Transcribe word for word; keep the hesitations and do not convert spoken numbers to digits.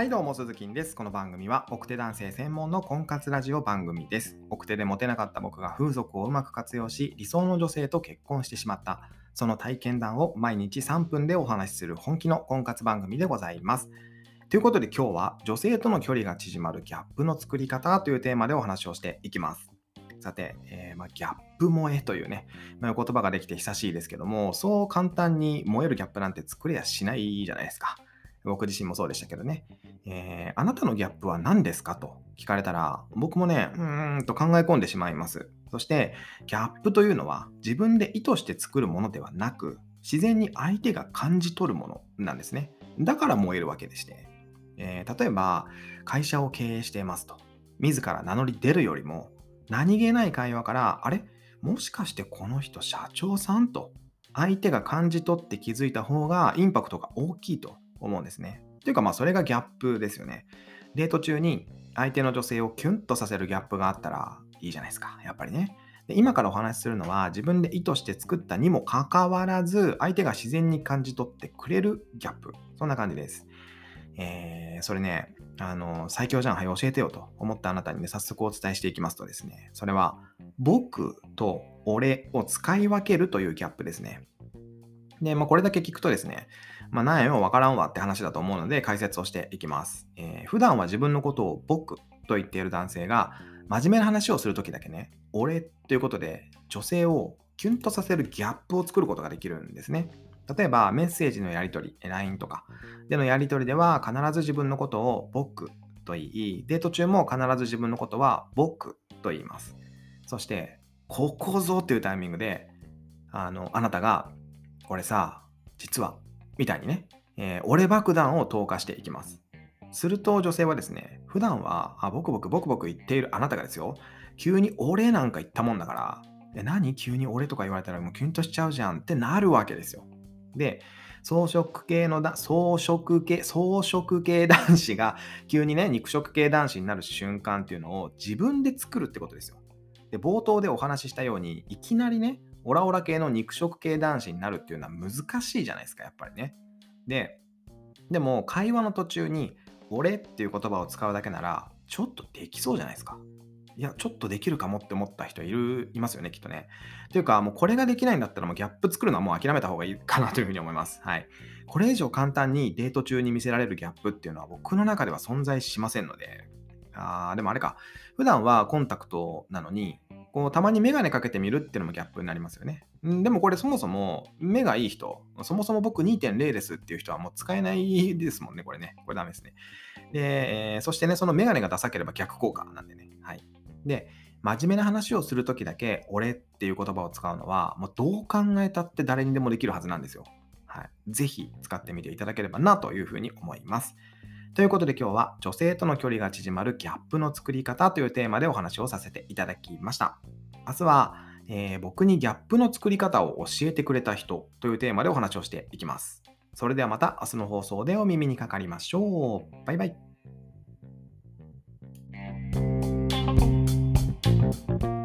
はいどうも、鈴木です。この番組は奥手男性専門の婚活ラジオ番組です。奥手でモテなかった僕が風俗をうまく活用し、理想の女性と結婚してしまった、その体験談を毎日さんぷんでお話しする本気の婚活番組でございます。ということで今日は女性との距離が縮まるギャップの作り方というテーマでお話をしていきます。さて、えーまあ、ギャップ萌えというね、まあ、言葉ができて久しいですけども、そう簡単に燃えるギャップなんて作れやしないじゃないですか。僕自身もそうでしたけどね。えーあなたのギャップは何ですかと聞かれたら、僕もね、うーんと考え込んでしまいます。そして、ギャップというのは自分で意図して作るものではなく、自然に相手が感じ取るものなんですね。だから燃えるわけでして。えー例えば、会社を経営していますと。自ら名乗り出るよりも、何気ない会話から、あれもしかしてこの人社長さんと、相手が感じ取って気づいた方がインパクトが大きいと思うんですね。というかまあそれがギャップですよね。デート中に相手の女性をキュンとさせるギャップがあったらいいじゃないですか。やっぱりね。で今からお話しするのは自分で意図して作ったにもかかわらず相手が自然に感じ取ってくれるギャップ。そんな感じです。えーそれね、あの、最強じゃん、はい、教えてよと思ったあなたにね、早速お伝えしていきますとですね、それは、僕と俺を使い分けるというギャップですね。で、まあ、これだけ聞くとですね、まあ、何やよ、わからんわって話だと思うので、解説をしていきます。えー普段は自分のことを僕と言っている男性が、真面目な話をするときだけね、俺ということで、女性をキュンとさせるギャップを作ることができるんですね。例えば、メッセージのやり取り、ライン とかでのやり取りでは、必ず自分のことを僕と言い、デート中も必ず自分のことは僕と言います。そして、ここぞというタイミングで、あの、あなたがこれさ、実は、みたいにね、えー俺爆弾を投下していきます。すると女性はですね、普段は、あ、ボクボクボクボク言っているあなたがですよ、急に俺なんか言ったもんだから、え、何急に俺とか言われたらもうキュンとしちゃうじゃんってなるわけですよ。で、草食系のだ、草食系、草食系男子が急にね、肉食系男子になる瞬間っていうのを自分で作るってことですよ。で、冒頭でお話ししたように、いきなりね、オラオラ系の肉食系男子になるっていうのは難しいじゃないですか、やっぱりね。で、でも会話の途中に、俺っていう言葉を使うだけなら、ちょっとできそうじゃないですか。いや、ちょっとできるかもって思った人いる、いますよね、きっとね。というか、もうこれができないんだったらもうギャップ作るのはもう諦めた方がいいかなというふうに思います。はい。これ以上簡単にデート中に見せられるギャップっていうのは僕の中では存在しませんので、あー、でもあれか。普段はコンタクトなのに、こうたまにメガネかけてみるっていうのもギャップになりますよね。んでもこれそもそも目がいい人、そもそも僕にてんれいですっていう人はもう使えないですもんね、これね。これダメですね。で、えーそしてね、そのメガネがダサければ逆効果なんでね。はい。で、真面目な話をするときだけ、俺っていう言葉を使うのは、もうどう考えたって誰にでもできるはずなんですよ。はい。ぜひ使ってみていただければなというふうに思います。ということで今日は女性との距離が縮まるギャップの作り方というテーマでお話をさせていただきました。明日は、えー僕にギャップの作り方を教えてくれた人というテーマでお話をしていきます。それではまた明日の放送でお耳にかかりましょう。バイバイ。